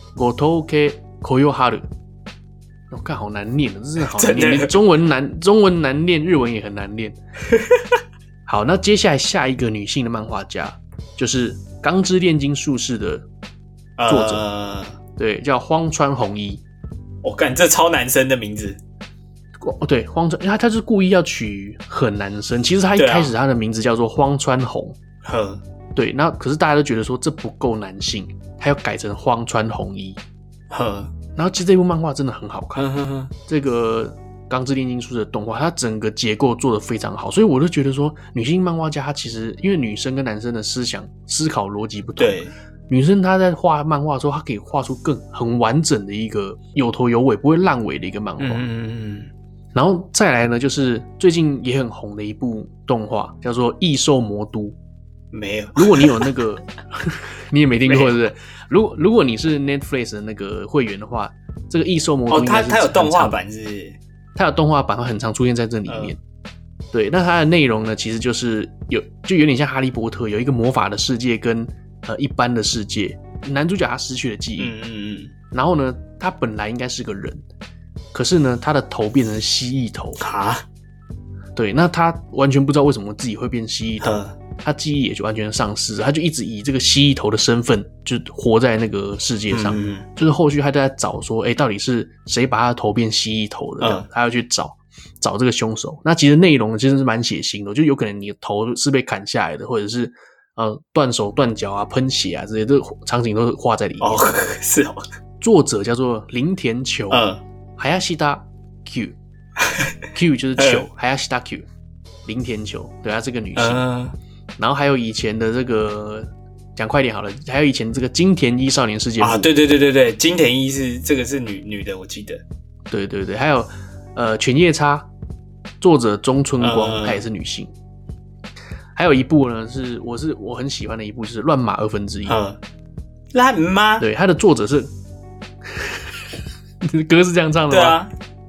Gotoke Koyoharu， 我看好难念，这真的好难念，中文难中文难念，日文也很难念。好，那接下来下一个女性的漫画家就是《钢之炼金术士》的作者，呃、对，叫荒川弘一。 我干，这超男生的名字。 哦，对，荒川，他他是故意要取很男生，其实他一开始他的名字叫做荒川弘， 呵， 对，那可是大家都觉得说这不够男性，他要改成荒川弘一， 呵， 然后其实这部漫画真的很好看， 呵呵呵， 这个《钢之炼金术士》的动画，它整个结构做得非常好，所以我就觉得说，女性漫画家她其实因为女生跟男生的思想思考逻辑不同， 对。 女生她在画漫画的时候，她可以画出更很完整的一个有头有尾不会烂尾的一个漫画， 嗯， 然后再来呢，就是最近也很红的一部动画，叫做《异兽魔都》。 没有， 如果你有那个，你也没听过，是不是？如果如果你是 Netflix 的那个会员的话，这个《异兽魔都》 哦，它它有动画版是不是？ 它有动画版，会很常出现在这里面。呃、对，那它的内容呢，其实就是有就有点像哈利波特，有一个魔法的世界跟呃一般的世界。男主角他失去了记忆， 嗯嗯嗯， 然后呢，他本来应该是个人，可是呢，他的头变成蜥蜴头啊。 对，那他完全不知道为什么自己会变蜥蜴头，他记忆也就完全丧失了，他就一直以这个蜥蜴头的身份就活在那个世界上。嗯、就是后续他就在找说，哎、欸，到底是谁把他的头变蜥蜴头的？这样、嗯、他要去找找这个凶手。那其实内容其实是蛮血腥的，就有可能你的头是被砍下来的，或者是呃断手断脚啊、喷血啊这些，这个场景都是画在里面。 哦，是哦。 作者叫做林田球，嗯 ，Hayashida Q。Q 就是球，还要西大 Q， 林田球，对，她是个女性。呃、然后还有以前的这个，讲快点好了，还有以前这个金田一少年事件簿啊， 对对对对对，金田一是这个是女女的，我记得。 对对对，还有呃犬夜叉，作者中村光，呃、她也是女性。还有一部呢，是我是我很喜欢的一部，就是《乱马二分之一》。 嗯，乱马。 对，它的作者是，歌是这样唱的吗？ 对啊。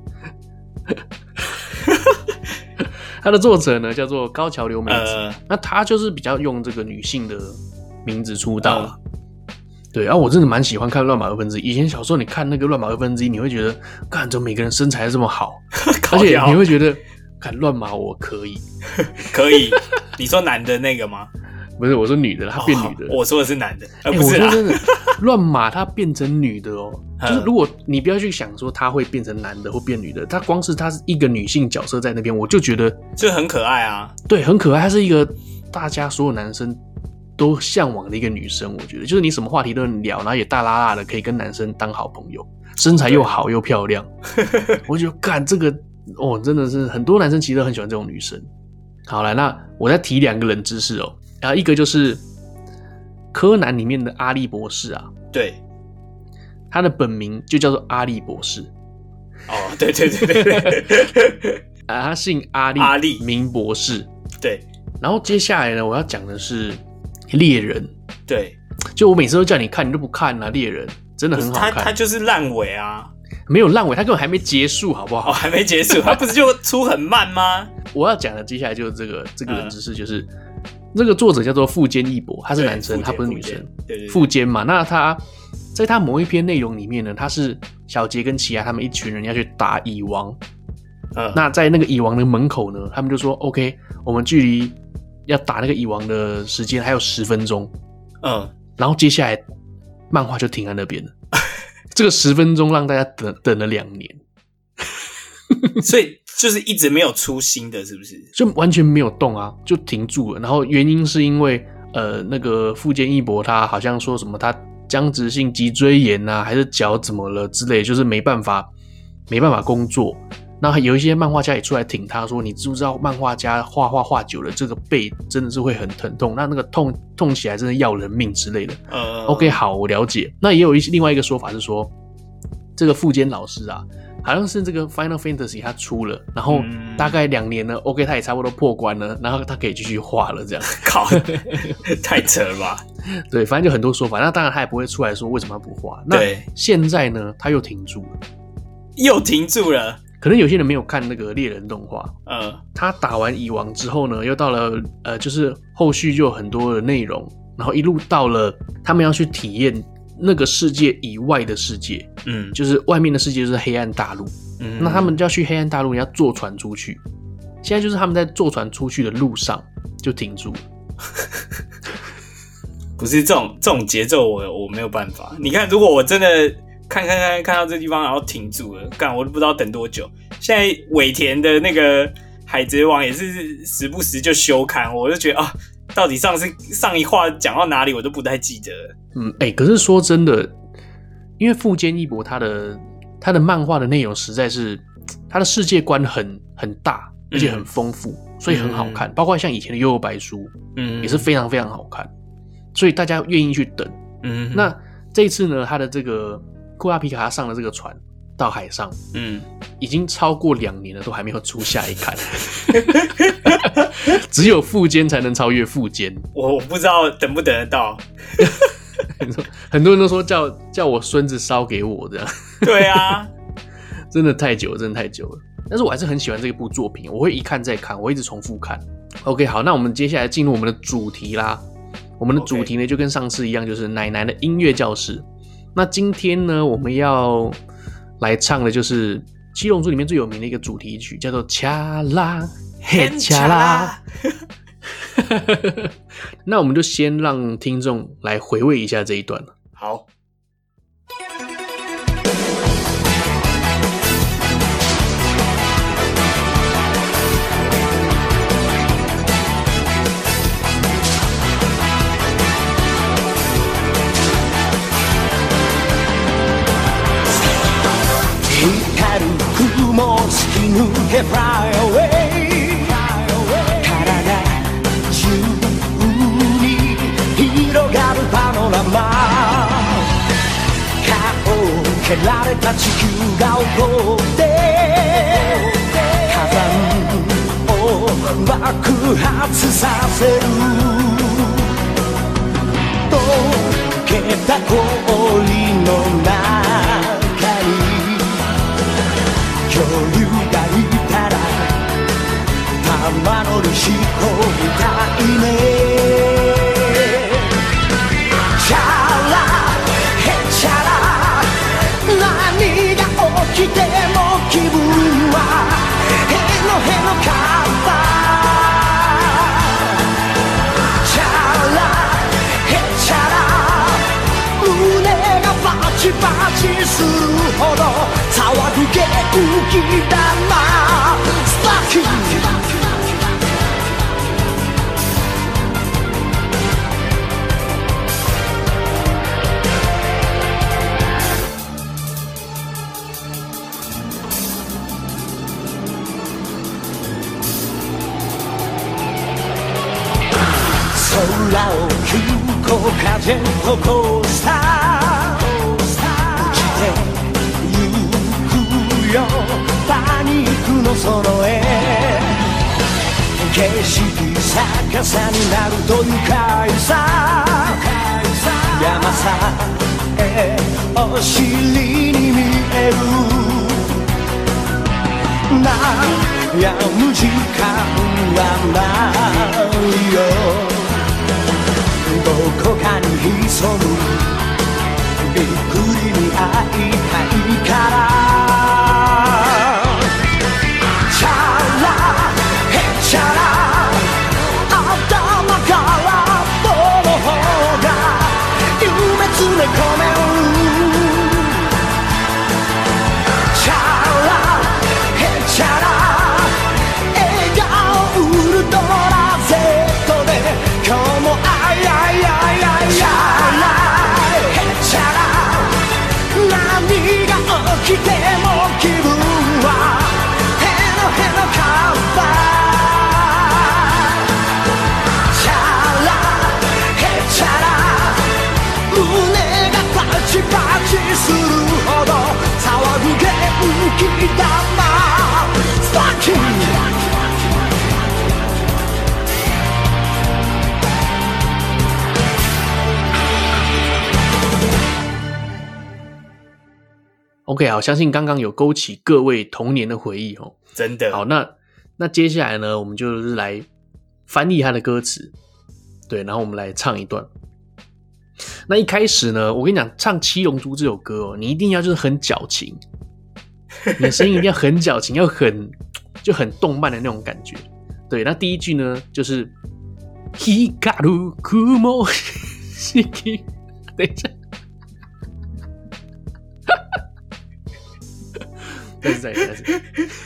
他的作者呢叫做高桥留美子，呃、那他就是比较用这个女性的名字出道了。呃、对，然后我真的蛮喜欢看《乱马二分之一》。以前小时候你看那个《乱马二分之一》，你会觉得，干怎么每个人身材这么好，而且你会觉得，看乱马我可以， 可以。你说男的那个吗？ 不是，我说女的，她变女的。 哦、我说的是男的，呃、不是啦。 欸、我说真的，乱马她变成女的哦，就是如果你不要去想说她会变成男的或变女的，她光是她是一个女性角色在那边，我就觉得就很可爱啊。 对，很可爱，她是一个大家所有男生都向往的一个女生。我觉得就是你什么话题都能聊，然后也大拉拉的可以跟男生当好朋友，身材又好又漂亮。我觉得干这个哦，真的是很多男生其实都很喜欢这种女生。好了，那我再提两个冷知识哦。然后一个就是柯南里面的阿笠博士啊， 对， 他的本名就叫做阿笠博士。 哦，对对对对对， 啊，他姓阿笠， 阿笠名博士。 对， 然后接下来呢，我要讲的是猎人。 对， 就我每次都叫你看，你都不看啊，猎人真的很好看。 他他就是烂尾啊， 没有烂尾，他根本还没结束，好不好？ 哦，还没结束，他不是就出很慢吗？ 我要讲的接下来就是这个这个冷知识，就是。嗯这个作者叫做富坚义博，他是男生，他不是女生。 对对， 富坚嘛，那他在他某一篇内容里面呢，他是小杰跟奇亚他们一群人要去打蚁王。嗯，那在那个蚁王的门口呢，他们就说 ：“OK， 我们距离要打那个蚁王的时间还有十分钟。”嗯，然后接下来漫画就停在那边了。这个十分钟让大家等等了两年， 所以。就是一直没有出新的，是不是？ 就完全没有动啊，就停住了。然后原因是因为呃，那个富坚义博他好像说什么他僵直性脊椎炎啊，还是脚怎么了之类，就是没办法没办法工作。那有一些漫画家也出来挺他说，你知不知道漫画家画画画久了，这个背真的是会很疼痛，那那个痛痛起来真的要人命之类的。呃 ，OK， 好，我了解。那也有一另外一个说法是说，这个富坚老师啊。好像是这个 Final Fantasy 他出了，然后大概两年了、嗯、，OK， 他也差不多破关了，然后他可以继续画了，这样。 靠，太扯了吧？ 对，反正就很多说法。那当然他也不会出来说为什么他不画。那现在呢，他又停住了， 又停住了。 可能有些人没有看那个猎人动画，嗯，他打完蚁王之后呢，又到了呃，就是后续就有很多的内容，然后一路到了他们要去体验。那个世界以外的世界，嗯，就是外面的世界就是黑暗大陆，嗯，那他们就要去黑暗大陆，要坐船出去。现在就是他们在坐船出去的路上就停住了。 不是这种这种节奏我，我我没有办法。你看，如果我真的看看看看到这地方，然后停住了，干我都不知道等多久。现在尾田的那个海贼王也是时不时就休刊，我就觉得啊。到底上次上一话讲到哪里，我都不太记得了。 嗯，哎、欸，可是说真的，因为富坚义博他的他的漫画的内容实在是他的世界观很很大，而且很丰富，嗯、所以很好看。嗯、包括像以前的《幽游白书》，嗯，也是非常非常好看，所以大家愿意去等。嗯，那这一次呢，他的这个库拉皮卡他上了这个船到海上，嗯，已经超过两年了，都还没有出下一刊。只有富坚才能超越富坚， 我我不知道等不等得到。 很多人都说叫叫我孙子烧给我这样。 对啊， 真的太久了，真的太久了。但是我还是很喜欢这部作品，我会一看再看，我会一直重复看。OK， 好，那我们接下来进入我们的主题啦。我们的主题呢，就跟上次一样，就是奶奶的音乐教室。 那今天呢，我们要来唱的就是《七龙珠》里面最有名的一个主题曲，叫做《恰啦嘿恰啦》。那我们就先让听众来回味一下这一段。 好。 光る雲突き抜け Fly away 体中に広がるパノラマ顔を蹴られた地球が起こって火山を爆発させる溶けた氷の中に恐竜がいたら玉乗り飛行みたいねチャラヘチャラ何が起きても気分はヘノヘノカッパチャラヘチャラ胸がバチバチするほど騒ぐ元気玉スパーキー空を急降下ジェットコースター落ちてゆくよパニックのその絵景色逆さになると愉快さ山さえお尻に見える悩む時間はないよどこかに潜むびっくりに会いたいからチャラヘチャラ頭から棒の方が夢詰め込めるチャラヘチャラ笑顔ウルトラ Z で今日もあいあいあいあいチャラヘチャラ何が起きても気分はヘノヘノカッパチャラヘチャラ胸がパチパチするほど騒ぐ元気玉スパーキー OK， 好，相信刚刚有勾起各位童年的回忆哦。 真的。 好，那那接下来呢，我们就是来翻译它的歌词，对，然后我们来唱一段。那一开始呢，我跟你讲，唱《七龙珠》这首歌哦，你一定要就是很矫情，你的声音一定要很矫情，要很就很动漫的那种感觉。对，那第一句呢，就是Hikaru Kumo Shiki， 等一下。再次再次再次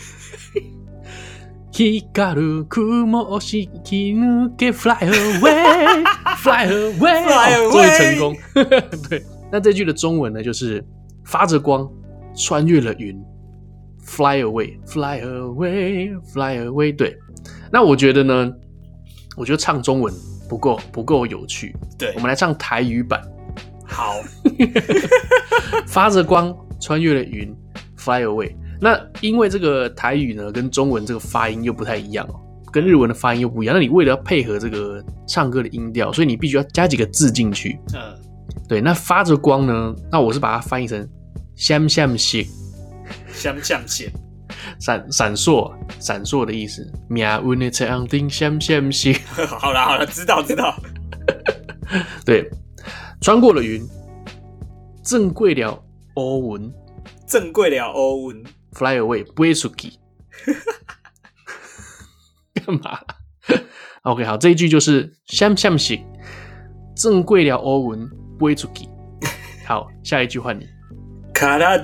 Hikaru kumo shiki nuke fly away fly away fly away 终于成功对，那这句的中文呢就是发着光穿越了云 fly away fly away fly away 对，那我觉得呢我觉得唱中文不够不够有趣， 对， 我们来唱台语版。 好发着光穿越了云 fly away，那因为这个台语呢跟中文这个发音又不太一样哦，跟日文的发音又不一样，那你为了要配合这个唱歌的音调，所以你必须要加几个字进去。嗯，对，那发着光呢，那我是把它翻译成闪闪闪， 闪闪闪， 闪闪烁闪烁的意思。命运的彩虹灯闪闪闪。 好啦好啦，知道知道。 对，穿过了云， 正贵了欧文， 正贵了欧文 ，fly away， 飞出去，干嘛 ？OK， 好，这一句就是相相是正贵了欧文，飞出去。好，下一句换你。 体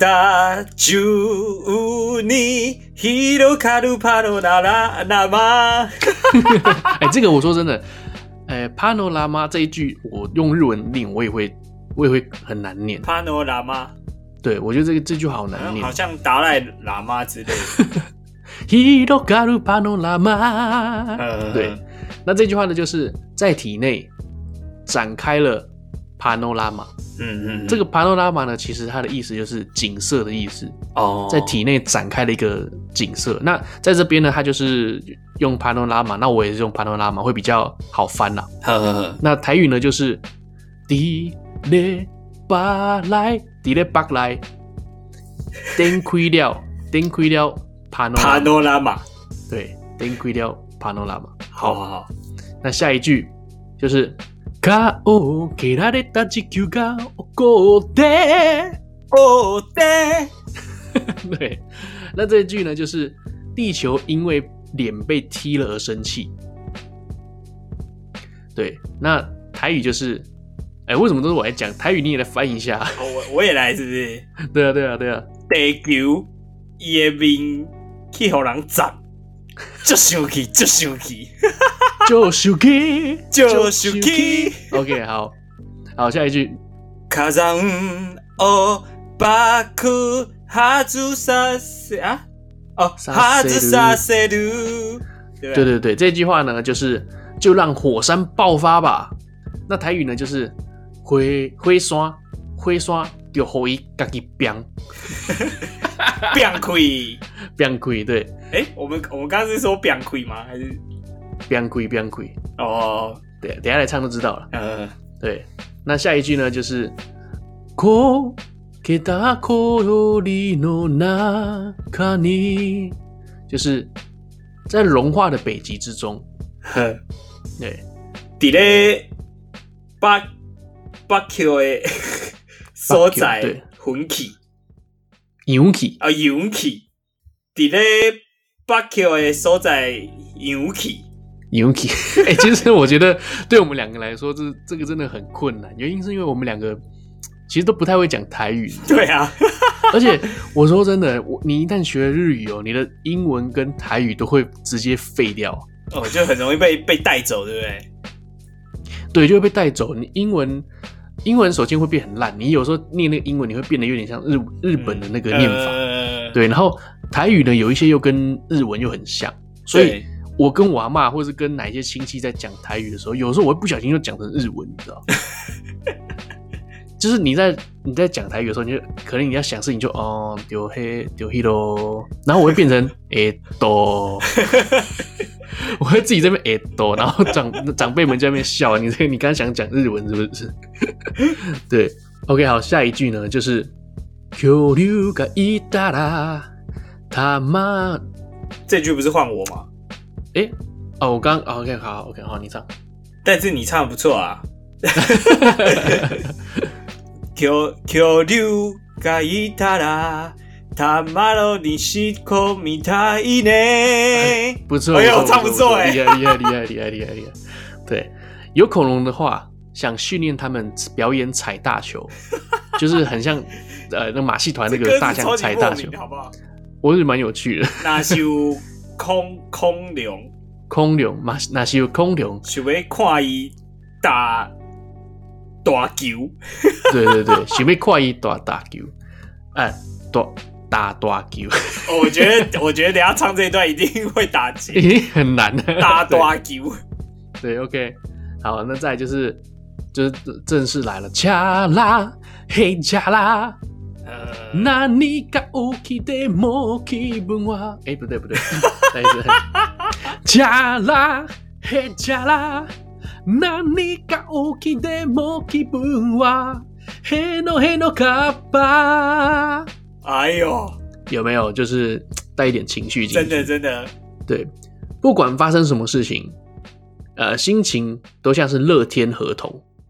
中に広がるパノラマ。 哎，这个我说真的，哎 ，panorama 这一句我用日文念，我也会，我也会很难念。 panorama， 对，我觉得这个这句好难念， 好像达赖喇嘛之类的。 広がるパノラマ。对，那这句话呢，就是在体内展开了 panorama。 嗯嗯， 这个 panorama 呢，其实它的意思就是景色的意思哦， 在体内展开了一个景色。那在这边呢，它就是用 panorama， 那我也是用 panorama， 会比较好翻啦。 呵呵呵， 那台语呢，就是伫咧巴来，伫咧北来，展开了，展开了 panorama， panorama， 对，展开了 panorama。 好好好， 那下一句就是。顔蹴られた地球が怒って怒って对，那这一句呢，就是地球因为脸被踢了而生气。对，那台语就是，哎、欸，为什么都是我来讲？台语你也来翻译一下。 哦、我我也来，是不是？ 对啊，对啊，对啊。 地球伊的面去互人砸，就生气，就生气。 就生气， 就生气。 OK， 好，好，下一句。 火山を爆発させ啊哦，発させる。 对对对，这句话呢，就是就让火山爆发吧。那台语呢，就是火火山火山就互伊家己变变开变开。对， 哎、欸，我们我们刚刚是说变开吗？还是？ 变开变开哦， 对，等一下来唱就知道了。 呃， 对，那下一句呢，就是こけた氷の中に，就是在融化的北极之中。 呵， 对， 伫咧北北球的所在，喷气， 氧气啊，氧气，伫咧北球的所在，氧气。 勇气，哎、欸，其实我觉得对我们两个来说，这这个真的很困难。原因是因为我们两个其实都不太会讲台语。 对啊， 而且我说真的，我你一旦学了日语哦，你的英文跟台语都会直接废掉。 哦，就很容易被被带走，对不对？ 对，就会被带走。你英文英文首先会变很烂，你有时候念那个英文，你会变得有点像日日本的那个念法。嗯呃、对，然后台语呢，有一些又跟日文又很像，所以。我跟我阿嬷或是跟哪一些亲戚在讲台语的时候，有时候我会不小心就讲成日文，你知道？就是你在你在讲台语的时候，你就可能你要想事情就哦丢黑丢黑咯，然后我会变成诶多，我会自己在那边诶多，然后长长辈们在那边笑，你这你刚刚想讲日文是不是？对 ，OK， 好，下一句呢就是恐竜がいたらたま， 这句不是换我吗？ 哎、欸，哦，我刚、哦、OK， 好 ，OK， 好，你唱。 但是你唱得不错啊。恐恐竜がいたら、たまの西子みたいね。 不错， 哎呦，唱不错哎， 厉害厉害厉害厉害厉害厉害。对，有恐龙的话，想训练他们表演踩大球，就是很像呃那马戏团那个大象踩大球， 好不好？ 我觉得蛮有趣的。 那是有空空龙， 空龙嘛，那是有空龙， 想要看伊打大球。 对对对，想要看伊打大球，哎、啊，打打大球。 哦，我觉得，我觉得等一下唱这一段一定会打击， 很难的。 打大球。 对 ，OK， 好，那再来就是就是正式来了，恰啦嘿恰啦。何が起きても気分は哎不对不对，再一次，チャラヘチャラ何が起きても気分はへのへのカッパ。 哎呦， 有没有就是带一点情绪进去？ 真的真的， 对，不管发生什么事情，呃，心情都像是乐天合同，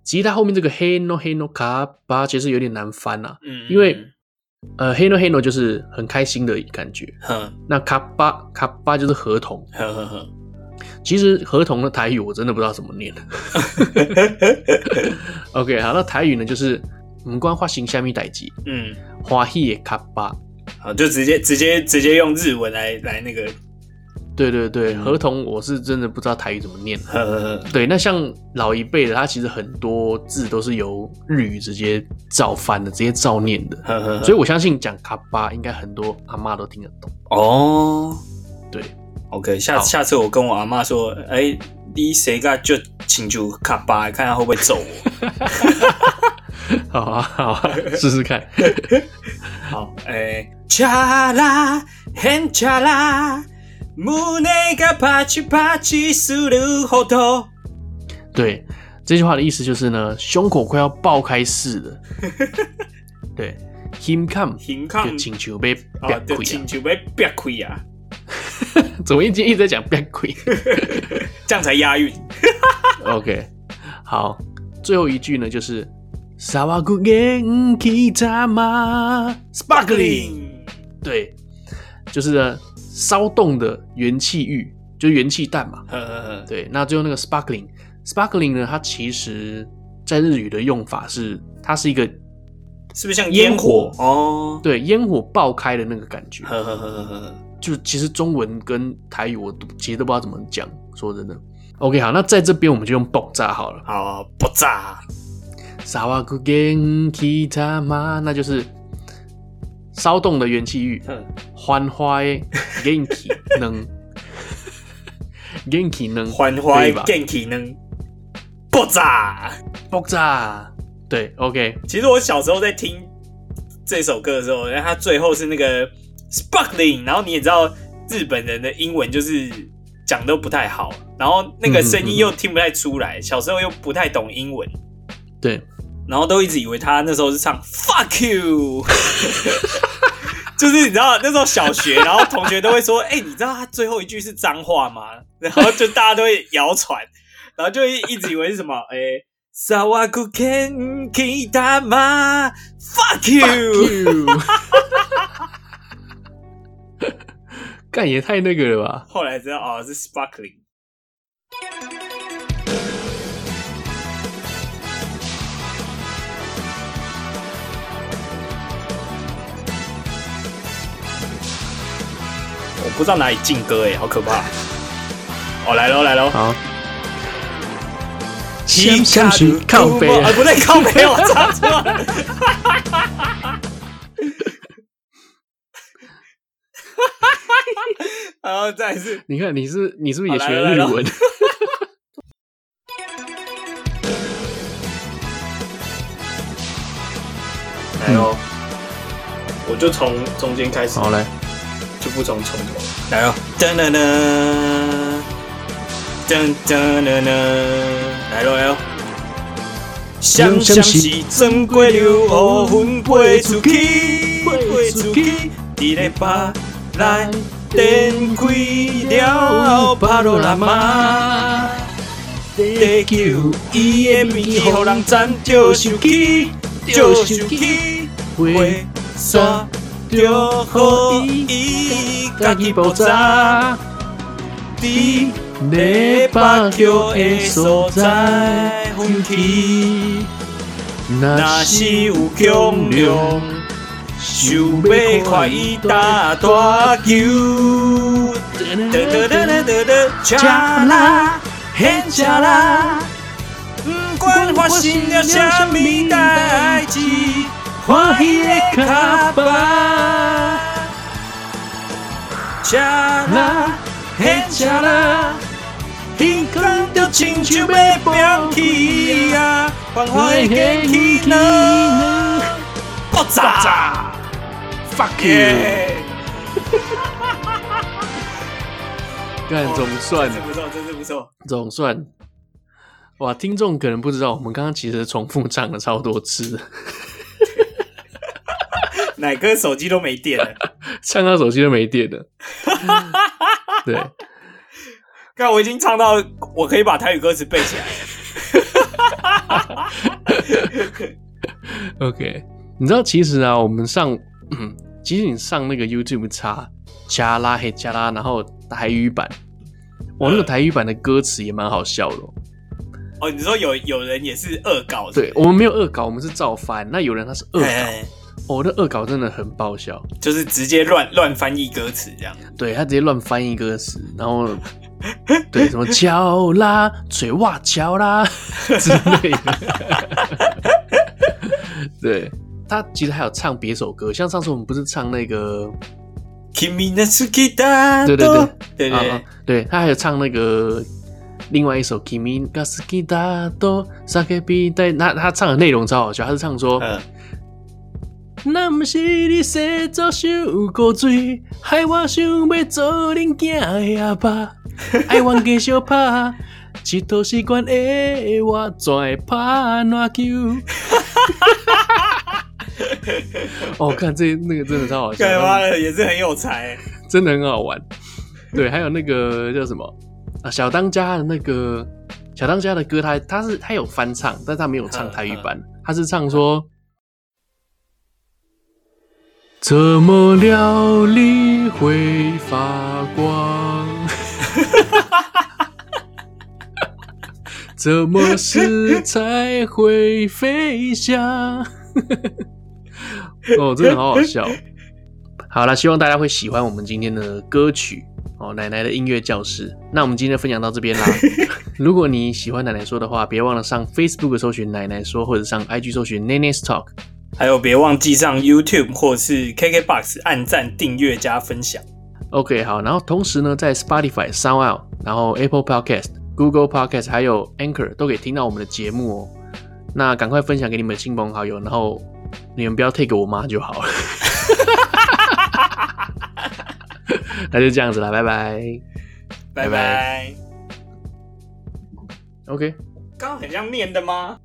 其实它后面这个黑 no 黑 no 卡巴其实有点难翻啊， 嗯， 因为呃黑 no 黑 no 就是很开心的感觉， 哼， 那卡巴卡巴就是合同， 呵呵呵。 其实合同的台语我真的不知道怎么念。OK， 好，那台语呢就是不管发生什么代志，嗯，欢喜的卡巴， 好，就直接直接直接用日文来来那个。 对对对，合同我是真的不知道台语怎么念。对，那像老一辈的，他其实很多字都是由日语直接照翻的，直接照念的。呵呵呵，所以我相信讲卡巴，应该很多阿嬷都听得懂。哦，对 ，OK， 下下次我跟我阿嬷说，哎、欸，你谁个就请求卡巴，看他会不会揍我。 好啊，好啊，试试看。 好，哎、欸，恰啦，很恰啦。胸がパチパチするほど。 对，这句话的意思就是呢，胸口快要爆开似的。对，胸坎， 胸坎就请求被憋开啊， 请求被憋开啊。 怎么一直一直在讲憋开？ 这样才押韵。 OK， 好，最后一句呢就是騒ぐ元気玉 sparkling。对，就是呢。骚动的元气玉，就是元气弹嘛。呵呵呵，对，那最后那个 sparkling sparkling 呢，它其实在日语的用法是，它是一个是不是像烟火哦？ 对，烟火爆开的那个感觉。 呵呵呵呵， 就是其实中文跟台语我都其实都不知道怎么讲，说真的。OK， 好，那在这边我们就用爆炸好了。 好，爆炸。 騒ぐ元気玉，那就是骚动的元气玉。欢花的元气能，元气能， 欢花的元气能，爆炸， 爆炸。对 ，OK。 其实我小时候在听这首歌的时候，它最后是那个 sparkling， 然后你也知道日本人的英文就是讲都不太好，然后那个声音又听不太出来，嗯嗯嗯，小时候又不太懂英文， 对， 然后都一直以为他那时候是唱 fuck you。就是你知道那时候小学，然后同学都会说：“哎、欸，你知道他最后一句是脏话吗？”然后就大家都会谣传，然后就一直以为是什么哎，萨瓦古肯基达玛 ，fuck you， 干也太那个了吧！ 后来知道哦是 sparkling。我不知道哪里进歌哎，好可怕！哦，来喽来喽！ 好，香香是靠背啊，不对，靠背，我唱错了。然后再一次， 你看你是你是不是也学了日文？ 来喽！我就从中间开始。 好来。 就不从从头来哦，噔噔噔，噔噔噔噔，来咯来咯，想想是珍贵流乌云飞出去，飞出去，伫咧巴来展开了巴罗拉玛，地球伊的面互人赞着想起，着想起，飞沙。就好伊家己爆炸，伫咧北桥的所在分起，若是有强量，想要快伊打大球，得得得得得得，恰啦，很恰啦，不管发生了什么代志。欢喜的卡巴，恰啦，嘿恰啦，天空就亲像要飙起啊！欢喜的元气呢，爆炸 ！Fuck you！ 干总算， 真不错，真是不错， 总算。哇，听众可能不知道，我们刚刚其实重复唱了超多次。 哪个手机都没电了， 唱到手机都没电了。对， 看我已经唱到，我可以把台语歌词背起来了。 OK， 你知道其实啊，我们上，嗯、其实你上那个 YouTube 查加拉嘿加拉，然后台语版，我、哦、那个台语版的歌词也蛮好笑的、哦。 哦，你说有有人也是恶搞是不是？ 对，我们没有恶搞，我们是照翻。那有人他是恶搞，我、哦、的恶搞真的很爆笑， 就是直接乱乱翻译歌词这样。 对他直接乱翻译歌词，然后对什么敲啦、嘴哇敲啦之类的。对，他其实还有唱别首歌，像上次我们不是唱那个。 Kimi no Tsukida， 对对对对对、 啊啊、对，他还有唱那个另外一首 Kimi ga Tsukida do Sakebi dai， 他他唱的内容超好笑，他是唱说，那不是你洗澡伤过水，害我想要做恁囝的阿爸，爱阮继续拍，佚佗习惯的我怎会拍篮球？哦，看这那个真的超好笑， 干嘛的也是很有才， 真的很好玩。对，还有那个叫什么啊？小当家的那个小当家的歌他，他他是他有翻唱，但他没有唱台语版，他是唱说怎么料理会发光，怎么食材会飞翔。哦，真的好好笑。好啦，希望大家会喜欢我们今天的歌曲哦，奶奶的音乐教室。那我们今天的分享到这边啦。如果你喜欢奶奶说的话，别忘了上 Facebook 搜寻奶奶说，或者上 I G 搜寻 Nenes Talk。 还有别忘记上 YouTube 或是 K K B O X 按赞、订阅加分享。 OK， 好，然后同时呢，在 Spotify、SoundOut， 然后 Apple Podcast、Google Podcast 还有 Anchor 都可以听到我们的节目哦。那赶快分享给你们的亲朋好友，然后你们不要 take 我妈就好了。那就这样子啦，拜拜， 拜拜。 OK， 刚刚很像念的吗？